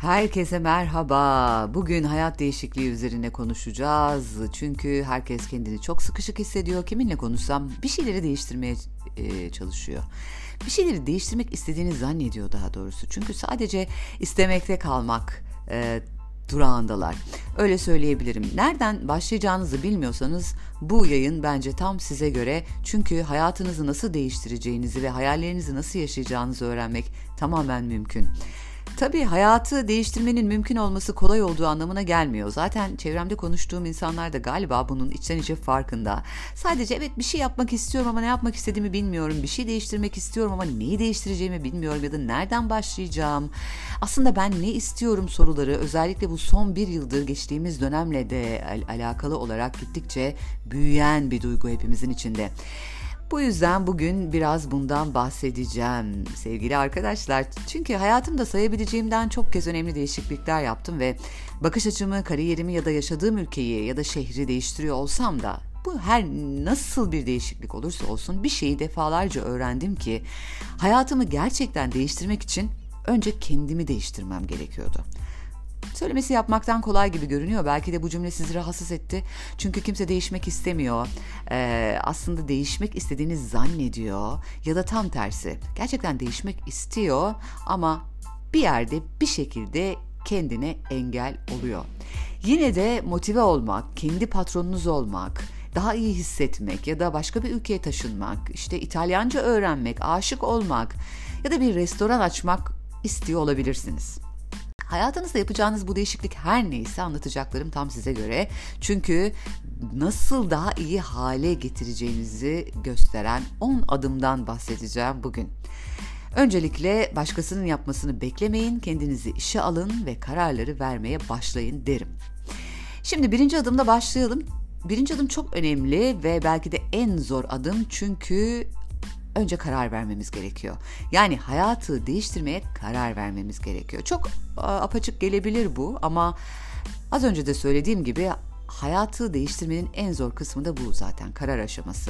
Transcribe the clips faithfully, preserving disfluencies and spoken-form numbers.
Herkese merhaba. Bugün hayat değişikliği üzerine konuşacağız. Çünkü herkes kendini çok sıkışık hissediyor. Kiminle konuşsam bir şeyleri değiştirmeye e, çalışıyor. Bir şeyleri değiştirmek istediğini zannediyor daha doğrusu. Çünkü sadece istemekte kalmak e, durağındalar. Öyle söyleyebilirim. Nereden başlayacağınızı bilmiyorsanız bu yayın bence tam size göre. Çünkü hayatınızı nasıl değiştireceğinizi ve hayallerinizi nasıl yaşayacağınızı öğrenmek tamamen mümkün. Tabii hayatı değiştirmenin mümkün olması kolay olduğu anlamına gelmiyor. Zaten çevremde konuştuğum insanlar da galiba bunun içten içe farkında. Sadece evet bir şey yapmak istiyorum ama ne yapmak istediğimi bilmiyorum. Bir şey değiştirmek istiyorum ama neyi değiştireceğimi bilmiyorum ya da nereden başlayacağım. Aslında ben ne istiyorum soruları özellikle bu son bir yıldır geçtiğimiz dönemle de al- alakalı olarak gittikçe büyüyen bir duygu hepimizin içinde. Bu yüzden bugün biraz bundan bahsedeceğim sevgili arkadaşlar. Çünkü hayatımda sayabileceğimden çok kez önemli değişiklikler yaptım ve bakış açımı, kariyerimi ya da yaşadığım ülkeyi ya da şehri değiştiriyor olsam da bu her nasıl bir değişiklik olursa olsun bir şeyi defalarca öğrendim ki hayatımı gerçekten değiştirmek için önce kendimi değiştirmem gerekiyordu. Söylemesi yapmaktan kolay gibi görünüyor. Belki de bu cümle sizi rahatsız etti. Çünkü kimse değişmek istemiyor. Ee, aslında değişmek istediğini zannediyor. Ya da tam tersi. Gerçekten değişmek istiyor ama bir yerde bir şekilde kendine engel oluyor. Yine de motive olmak, kendi patronunuz olmak, daha iyi hissetmek ya da başka bir ülkeye taşınmak, işte İtalyanca öğrenmek, aşık olmak ya da bir restoran açmak istiyor olabilirsiniz. Hayatınızda yapacağınız bu değişiklik her neyse anlatacaklarım tam size göre. Çünkü nasıl daha iyi hale getireceğinizi gösteren on adımdan bahsedeceğim bugün. Öncelikle başkasının yapmasını beklemeyin, kendinizi işe alın ve kararları vermeye başlayın derim. Şimdi birinci adımda başlayalım. Birinci adım çok önemli ve belki de en zor adım çünkü önce karar vermemiz gerekiyor. Yani hayatı değiştirmeye karar vermemiz gerekiyor. Çok apaçık gelebilir bu ama az önce de söylediğim gibi hayatı değiştirmenin en zor kısmı da bu zaten, karar aşaması.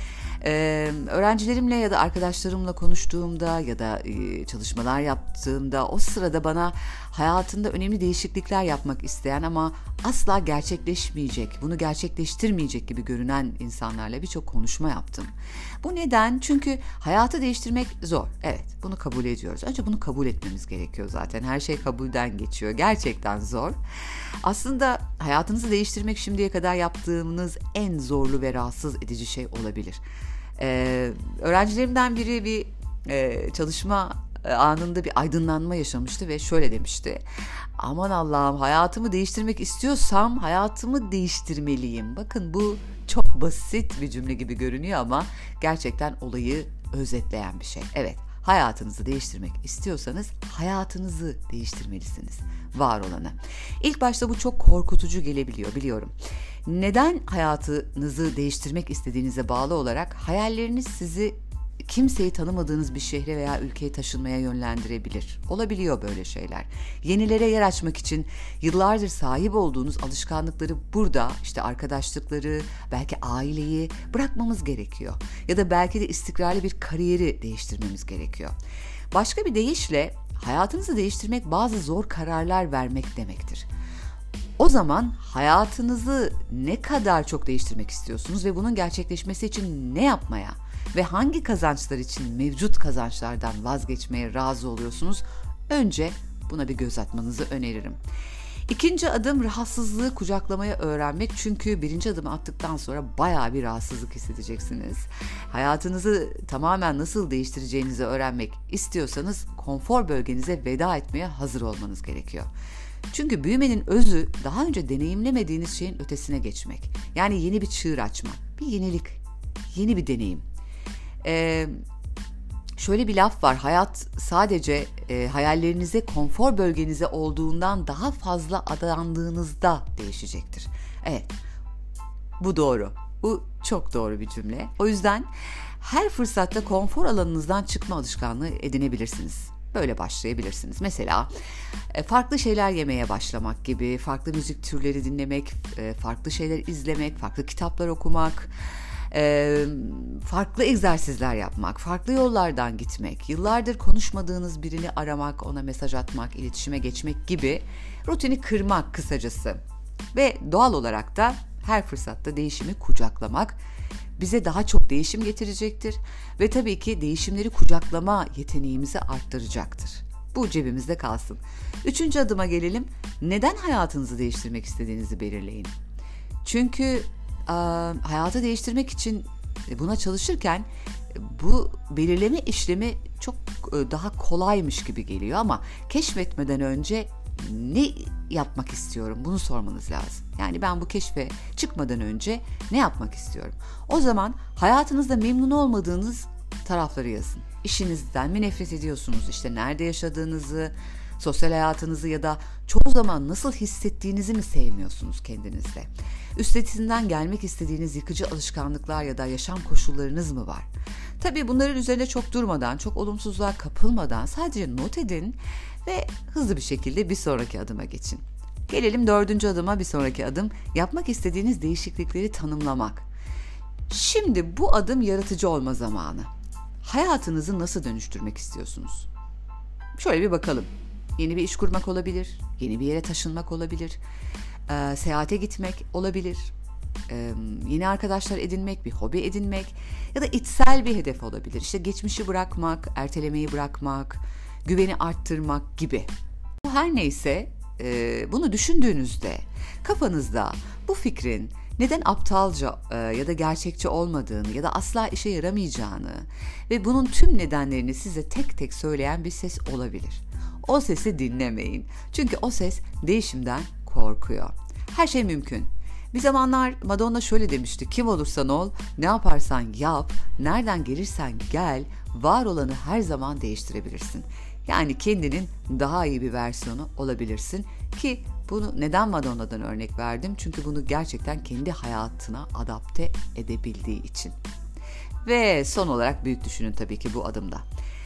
Ee, öğrencilerimle ya da arkadaşlarımla konuştuğumda ya da e, çalışmalar yaptığımda o sırada bana hayatında önemli değişiklikler yapmak isteyen ama asla gerçekleşmeyecek, bunu gerçekleştirmeyecek gibi görünen insanlarla birçok konuşma yaptım. Bu neden? Çünkü hayatı değiştirmek zor. Evet, bunu kabul ediyoruz. Önce bunu kabul etmemiz gerekiyor zaten. Her şey kabulden geçiyor. Gerçekten zor. Aslında hayatınızı değiştirmek şimdiye kadar yaptığınız en zorlu ve rahatsız edici şey olabilir. Ee, öğrencilerimden biri bir e, çalışma anında bir aydınlanma yaşamıştı ve şöyle demişti. Aman Allah'ım, hayatımı değiştirmek istiyorsam hayatımı değiştirmeliyim. Bakın bu çok basit bir cümle gibi görünüyor ama gerçekten olayı özetleyen bir şey. Evet, hayatınızı değiştirmek istiyorsanız hayatınızı değiştirmelisiniz, var olanı. İlk başta bu çok korkutucu gelebiliyor, biliyorum. Neden hayatınızı değiştirmek istediğinize bağlı olarak hayalleriniz sizi kimseyi tanımadığınız bir şehre veya ülkeye taşınmaya yönlendirebilir. Olabiliyor böyle şeyler. Yenilere yer açmak için yıllardır sahip olduğunuz alışkanlıkları burada, işte arkadaşlıkları, belki aileyi bırakmamız gerekiyor. Ya da belki de istikrarlı bir kariyeri değiştirmemiz gerekiyor. Başka bir deyişle hayatınızı değiştirmek bazı zor kararlar vermek demektir. O zaman hayatınızı ne kadar çok değiştirmek istiyorsunuz ve bunun gerçekleşmesi için ne yapmaya ve hangi kazançlar için mevcut kazançlardan vazgeçmeye razı oluyorsunuz? Önce buna bir göz atmanızı öneririm. İkinci adım rahatsızlığı kucaklamaya öğrenmek. Çünkü birinci adımı attıktan sonra bayağı bir rahatsızlık hissedeceksiniz. Hayatınızı tamamen nasıl değiştireceğinizi öğrenmek istiyorsanız konfor bölgenize veda etmeye hazır olmanız gerekiyor. Çünkü büyümenin özü daha önce deneyimlemediğiniz şeyin ötesine geçmek. Yani yeni bir çığır açma, bir yenilik, yeni bir deneyim. Ee, şöyle bir laf var, hayat sadece e, hayallerinize, konfor bölgenize olduğundan daha fazla adandığınızda değişecektir. Evet, bu doğru, bu çok doğru bir cümle. O yüzden her fırsatta konfor alanınızdan çıkma alışkanlığı edinebilirsiniz. Böyle başlayabilirsiniz. Mesela farklı şeyler yemeye başlamak gibi, farklı müzik türleri dinlemek, farklı şeyler izlemek, farklı kitaplar okumak, Ee, farklı egzersizler yapmak, farklı yollardan gitmek, yıllardır konuşmadığınız birini aramak, ona mesaj atmak, iletişime geçmek gibi rutini kırmak kısacası. Ve doğal olarak da her fırsatta değişimi kucaklamak bize daha çok değişim getirecektir ve tabii ki değişimleri kucaklama yeteneğimizi arttıracaktır. Bu cebimizde kalsın. Üçüncü adıma gelelim. Neden hayatınızı değiştirmek istediğinizi belirleyin. Çünkü e, hayatı değiştirmek için buna çalışırken bu belirleme işlemi çok e, daha kolaymış gibi geliyor ama keşfetmeden önce ne yapmak istiyorum bunu sormanız lazım. Yani ben bu keşfe çıkmadan önce ne yapmak istiyorum? O zaman hayatınızda memnun olmadığınız tarafları yazın. İşinizden mi nefret ediyorsunuz? İşte nerede yaşadığınızı, sosyal hayatınızı ya da çoğu zaman nasıl hissettiğinizi mi sevmiyorsunuz kendinizde? Üstesinden gelmek istediğiniz yıkıcı alışkanlıklar ya da yaşam koşullarınız mı var? Tabii bunların üzerine çok durmadan, çok olumsuzluğa kapılmadan sadece not edin ve hızlı bir şekilde bir sonraki adıma geçin. Gelelim dördüncü adıma, bir sonraki adım yapmak istediğiniz değişiklikleri tanımlamak. Şimdi bu adım yaratıcı olma zamanı. Hayatınızı nasıl dönüştürmek istiyorsunuz? Şöyle bir bakalım. Yeni bir iş kurmak olabilir, yeni bir yere taşınmak olabilir, e, seyahate gitmek olabilir, e, yeni arkadaşlar edinmek, bir hobi edinmek ya da içsel bir hedef olabilir. İşte geçmişi bırakmak, ertelemeyi bırakmak, güveni arttırmak gibi. Her neyse e, bunu düşündüğünüzde kafanızda bu fikrin neden aptalca e, ya da gerçekçi olmadığını ya da asla işe yaramayacağını ve bunun tüm nedenlerini size tek tek söyleyen bir ses olabilir. O sesi dinlemeyin. Çünkü o ses değişimden korkuyor. Her şey mümkün. Bir zamanlar Madonna şöyle demişti: kim olursan ol, ne yaparsan yap, nereden gelirsen gel, var olanı her zaman değiştirebilirsin. Yani kendinin daha iyi bir versiyonu olabilirsin ki bunu neden Madonna'dan örnek verdim? Çünkü bunu gerçekten kendi hayatına adapte edebildiği için. Ve son olarak büyük düşünün tabii ki bu adımda.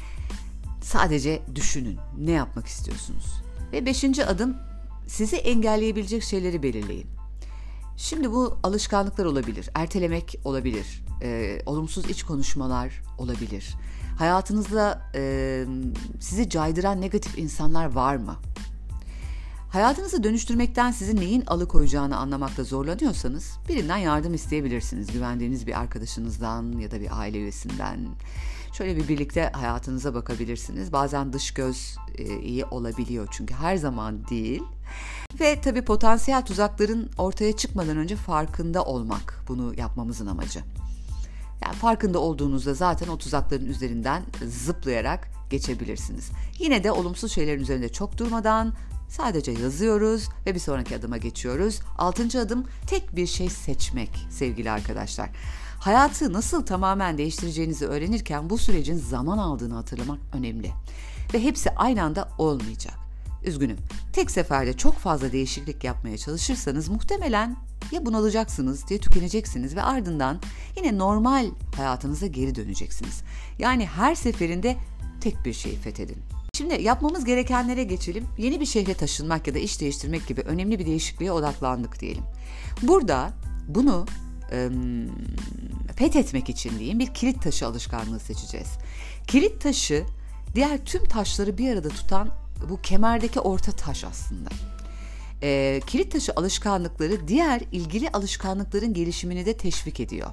Sadece düşünün, ne yapmak istiyorsunuz? Ve beşinci adım, sizi engelleyebilecek şeyleri belirleyin. Şimdi bu alışkanlıklar olabilir, ertelemek olabilir, e, olumsuz iç konuşmalar olabilir. Hayatınızda e, sizi caydıran negatif insanlar var mı? Hayatınızı dönüştürmekten sizi neyin alıkoyacağını anlamakta zorlanıyorsanız birinden yardım isteyebilirsiniz. Güvendiğiniz bir arkadaşınızdan ya da bir aile üyesinden. Şöyle bir birlikte hayatınıza bakabilirsiniz. Bazen dış göz e, iyi olabiliyor çünkü her zaman değil. Ve tabii potansiyel tuzakların ortaya çıkmadan önce farkında olmak bunu yapmamızın amacı. Yani farkında olduğunuzda zaten o tuzakların üzerinden zıplayarak geçebilirsiniz. Yine de olumsuz şeylerin üzerinde çok durmadan sadece yazıyoruz ve bir sonraki adıma geçiyoruz. Altıncı adım, tek bir şey seçmek sevgili arkadaşlar. Hayatı nasıl tamamen değiştireceğinizi öğrenirken bu sürecin zaman aldığını hatırlamak önemli. Ve hepsi aynı anda olmayacak. Üzgünüm, tek seferde çok fazla değişiklik yapmaya çalışırsanız muhtemelen ya bunalacaksınız diye tükeneceksiniz ve ardından yine normal hayatınıza geri döneceksiniz. Yani her seferinde tek bir şeyi fethedin. Şimdi yapmamız gerekenlere geçelim. Yeni bir şehre taşınmak ya da iş değiştirmek gibi önemli bir değişikliğe odaklandık diyelim. Burada bunu e, fethetmek için diyeyim bir kilit taşı alışkanlığı seçeceğiz. Kilit taşı diğer tüm taşları bir arada tutan bu kemerdeki orta taş aslında. E, kilit taşı alışkanlıkları diğer ilgili alışkanlıkların gelişimini de teşvik ediyor.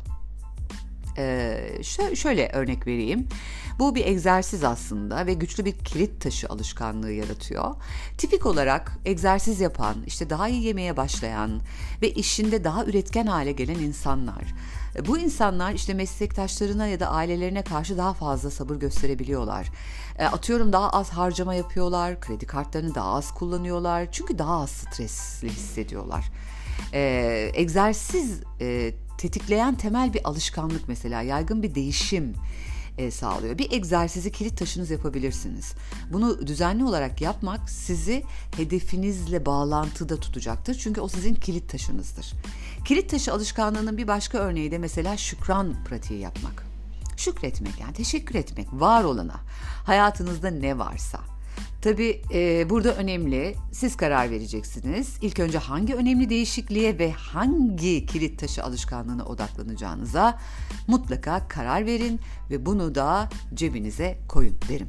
Ee, şöyle, şöyle örnek vereyim. Bu bir egzersiz aslında ve güçlü bir kilit taşı alışkanlığı yaratıyor. Tipik olarak egzersiz yapan, işte daha iyi yemeye başlayan ve işinde daha üretken hale gelen insanlar. Bu insanlar işte meslektaşlarına ya da ailelerine karşı daha fazla sabır gösterebiliyorlar. E, atıyorum daha az harcama yapıyorlar, kredi kartlarını daha az kullanıyorlar çünkü daha az stresli hissediyorlar. E, egzersiz e, tetikleyen temel bir alışkanlık mesela yaygın bir değişim e, sağlıyor. Bir egzersizi kilit taşınız yapabilirsiniz. Bunu düzenli olarak yapmak sizi hedefinizle bağlantıda tutacaktır. Çünkü o sizin kilit taşınızdır. Kilit taşı alışkanlığının bir başka örneği de mesela şükran pratiği yapmak. Şükretmek yani teşekkür etmek var olana, hayatınızda ne varsa. Tabii e, burada önemli, siz karar vereceksiniz. İlk önce hangi önemli değişikliğe ve hangi kilit taşı alışkanlığına odaklanacağınıza mutlaka karar verin ve bunu da cebinize koyun derim.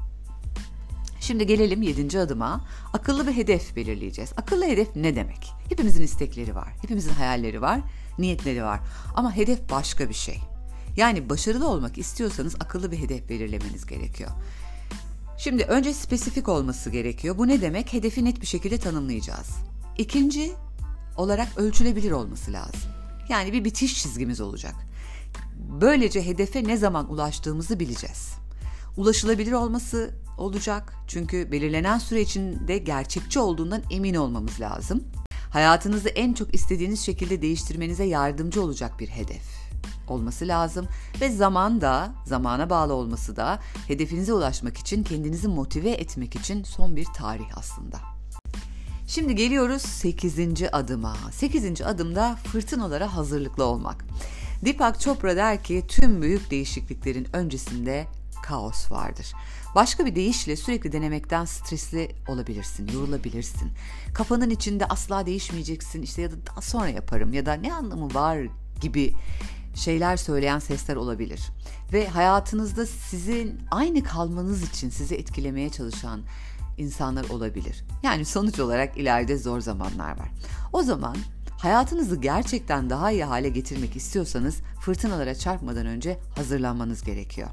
Şimdi gelelim yedinci adıma. Akıllı bir hedef belirleyeceğiz. Akıllı hedef ne demek? Hepimizin istekleri var, hepimizin hayalleri var, niyetleri var. Ama hedef başka bir şey. Yani başarılı olmak istiyorsanız akıllı bir hedef belirlemeniz gerekiyor. Şimdi önce spesifik olması gerekiyor. Bu ne demek? Hedefi net bir şekilde tanımlayacağız. İkinci olarak ölçülebilir olması lazım. Yani bir bitiş çizgimiz olacak. Böylece hedefe ne zaman ulaştığımızı bileceğiz. Ulaşılabilir olması olacak. Çünkü belirlenen süre içinde gerçekçi olduğundan emin olmamız lazım. Hayatınızı en çok istediğiniz şekilde değiştirmenize yardımcı olacak bir hedef olması lazım ve zaman da, zamana bağlı olması da hedefinize ulaşmak için, kendinizi motive etmek için son bir tarih aslında. Şimdi geliyoruz sekizinci adıma. sekizinci adımda fırtınalara hazırlıklı olmak. Deepak Chopra der ki tüm büyük değişikliklerin öncesinde kaos vardır. Başka bir deyişle sürekli denemekten stresli olabilirsin, yorulabilirsin. Kafanın içinde asla değişmeyeceksin, işte ya da daha sonra yaparım ya da ne anlamı var gibi şeyler söyleyen sesler olabilir. Ve hayatınızda sizin aynı kalmanız için sizi etkilemeye çalışan insanlar olabilir. Yani sonuç olarak ileride zor zamanlar var. O zaman hayatınızı gerçekten daha iyi hale getirmek istiyorsanız fırtınalara çarpmadan önce hazırlanmanız gerekiyor.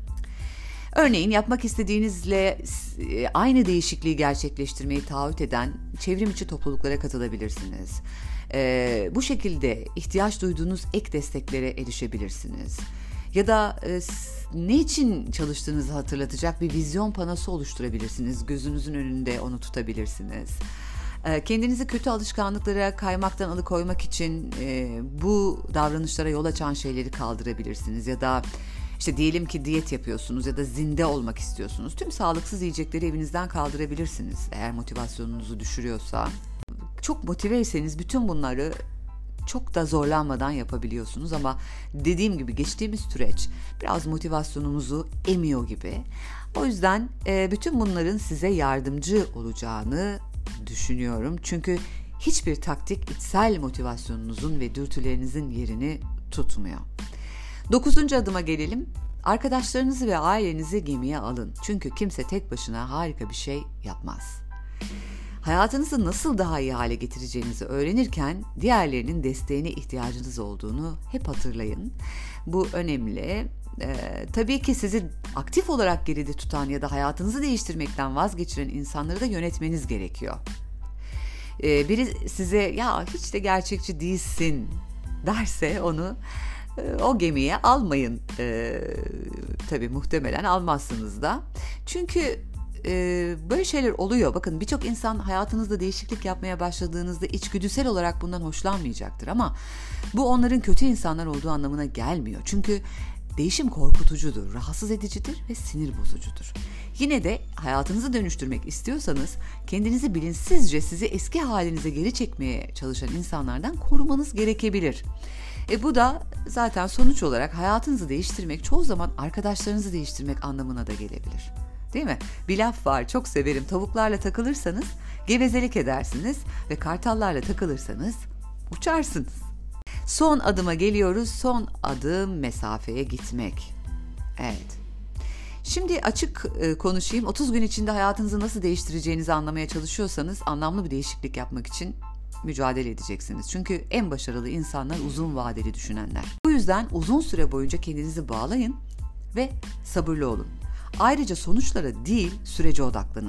Örneğin yapmak istediğinizle aynı değişikliği gerçekleştirmeyi taahhüt eden çevrim içi topluluklara katılabilirsiniz. Ee, bu şekilde ihtiyaç duyduğunuz ek desteklere erişebilirsiniz. Ya da e, ne için çalıştığınızı hatırlatacak bir vizyon panosu oluşturabilirsiniz. Gözünüzün önünde onu tutabilirsiniz. Ee, kendinizi kötü alışkanlıklara kaymaktan alıkoymak için e, bu davranışlara yol açan şeyleri kaldırabilirsiniz. Ya da İşte diyelim ki diyet yapıyorsunuz ya da zinde olmak istiyorsunuz. Tüm sağlıksız yiyecekleri evinizden kaldırabilirsiniz eğer motivasyonunuzu düşürüyorsa. Çok motiveyseniz bütün bunları çok da zorlanmadan yapabiliyorsunuz ama dediğim gibi geçtiğimiz süreç biraz motivasyonunuzu emiyor gibi. O yüzden e, bütün bunların size yardımcı olacağını düşünüyorum. Çünkü hiçbir taktik içsel motivasyonunuzun ve dürtülerinizin yerini tutmuyor. Dokuzuncu adıma gelelim. Arkadaşlarınızı ve ailenizi gemiye alın. Çünkü kimse tek başına harika bir şey yapmaz. Hayatınızı nasıl daha iyi hale getireceğinizi öğrenirken diğerlerinin desteğine ihtiyacınız olduğunu hep hatırlayın. Bu önemli. Ee, tabii ki sizi aktif olarak geride tutan ya da hayatınızı değiştirmekten vazgeçiren insanları da yönetmeniz gerekiyor. Ee, biri size ya hiç de gerçekçi değilsin derse onu o gemiye almayın. Ee, tabii muhtemelen almazsınız da. Çünkü e, böyle şeyler oluyor. Bakın birçok insan hayatınızda değişiklik yapmaya başladığınızda içgüdüsel olarak bundan hoşlanmayacaktır. Ama bu onların kötü insanlar olduğu anlamına gelmiyor. Çünkü değişim korkutucudur, rahatsız edicidir ve sinir bozucudur. Yine de hayatınızı dönüştürmek istiyorsanız kendinizi bilinçsizce sizi eski halinize geri çekmeye çalışan insanlardan korumanız gerekebilir. E bu da zaten sonuç olarak hayatınızı değiştirmek çoğu zaman arkadaşlarınızı değiştirmek anlamına da gelebilir. Değil mi? Bir laf var, çok severim. Tavuklarla takılırsanız gevezelik edersiniz ve kartallarla takılırsanız uçarsınız. Son adıma geliyoruz. Son adım mesafeye gitmek. Evet. Şimdi açık e, konuşayım. otuz gün içinde hayatınızı nasıl değiştireceğinizi anlamaya çalışıyorsanız anlamlı bir değişiklik yapmak için mücadele edeceksiniz. Çünkü en başarılı insanlar uzun vadeli düşünenler. Bu yüzden uzun süre boyunca kendinizi bağlayın ve sabırlı olun. Ayrıca sonuçlara değil, sürece odaklanın.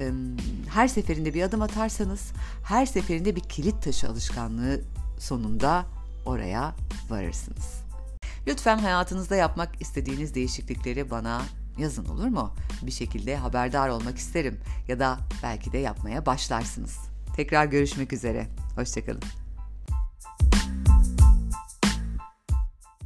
Her seferinde bir adım atarsanız, her seferinde bir kilit taşı alışkanlığı sonunda oraya varırsınız. Lütfen hayatınızda yapmak istediğiniz değişiklikleri bana yazın, olur mu? Bir şekilde haberdar olmak isterim ya da belki de yapmaya başlarsınız. Tekrar görüşmek üzere. Hoşça kalın.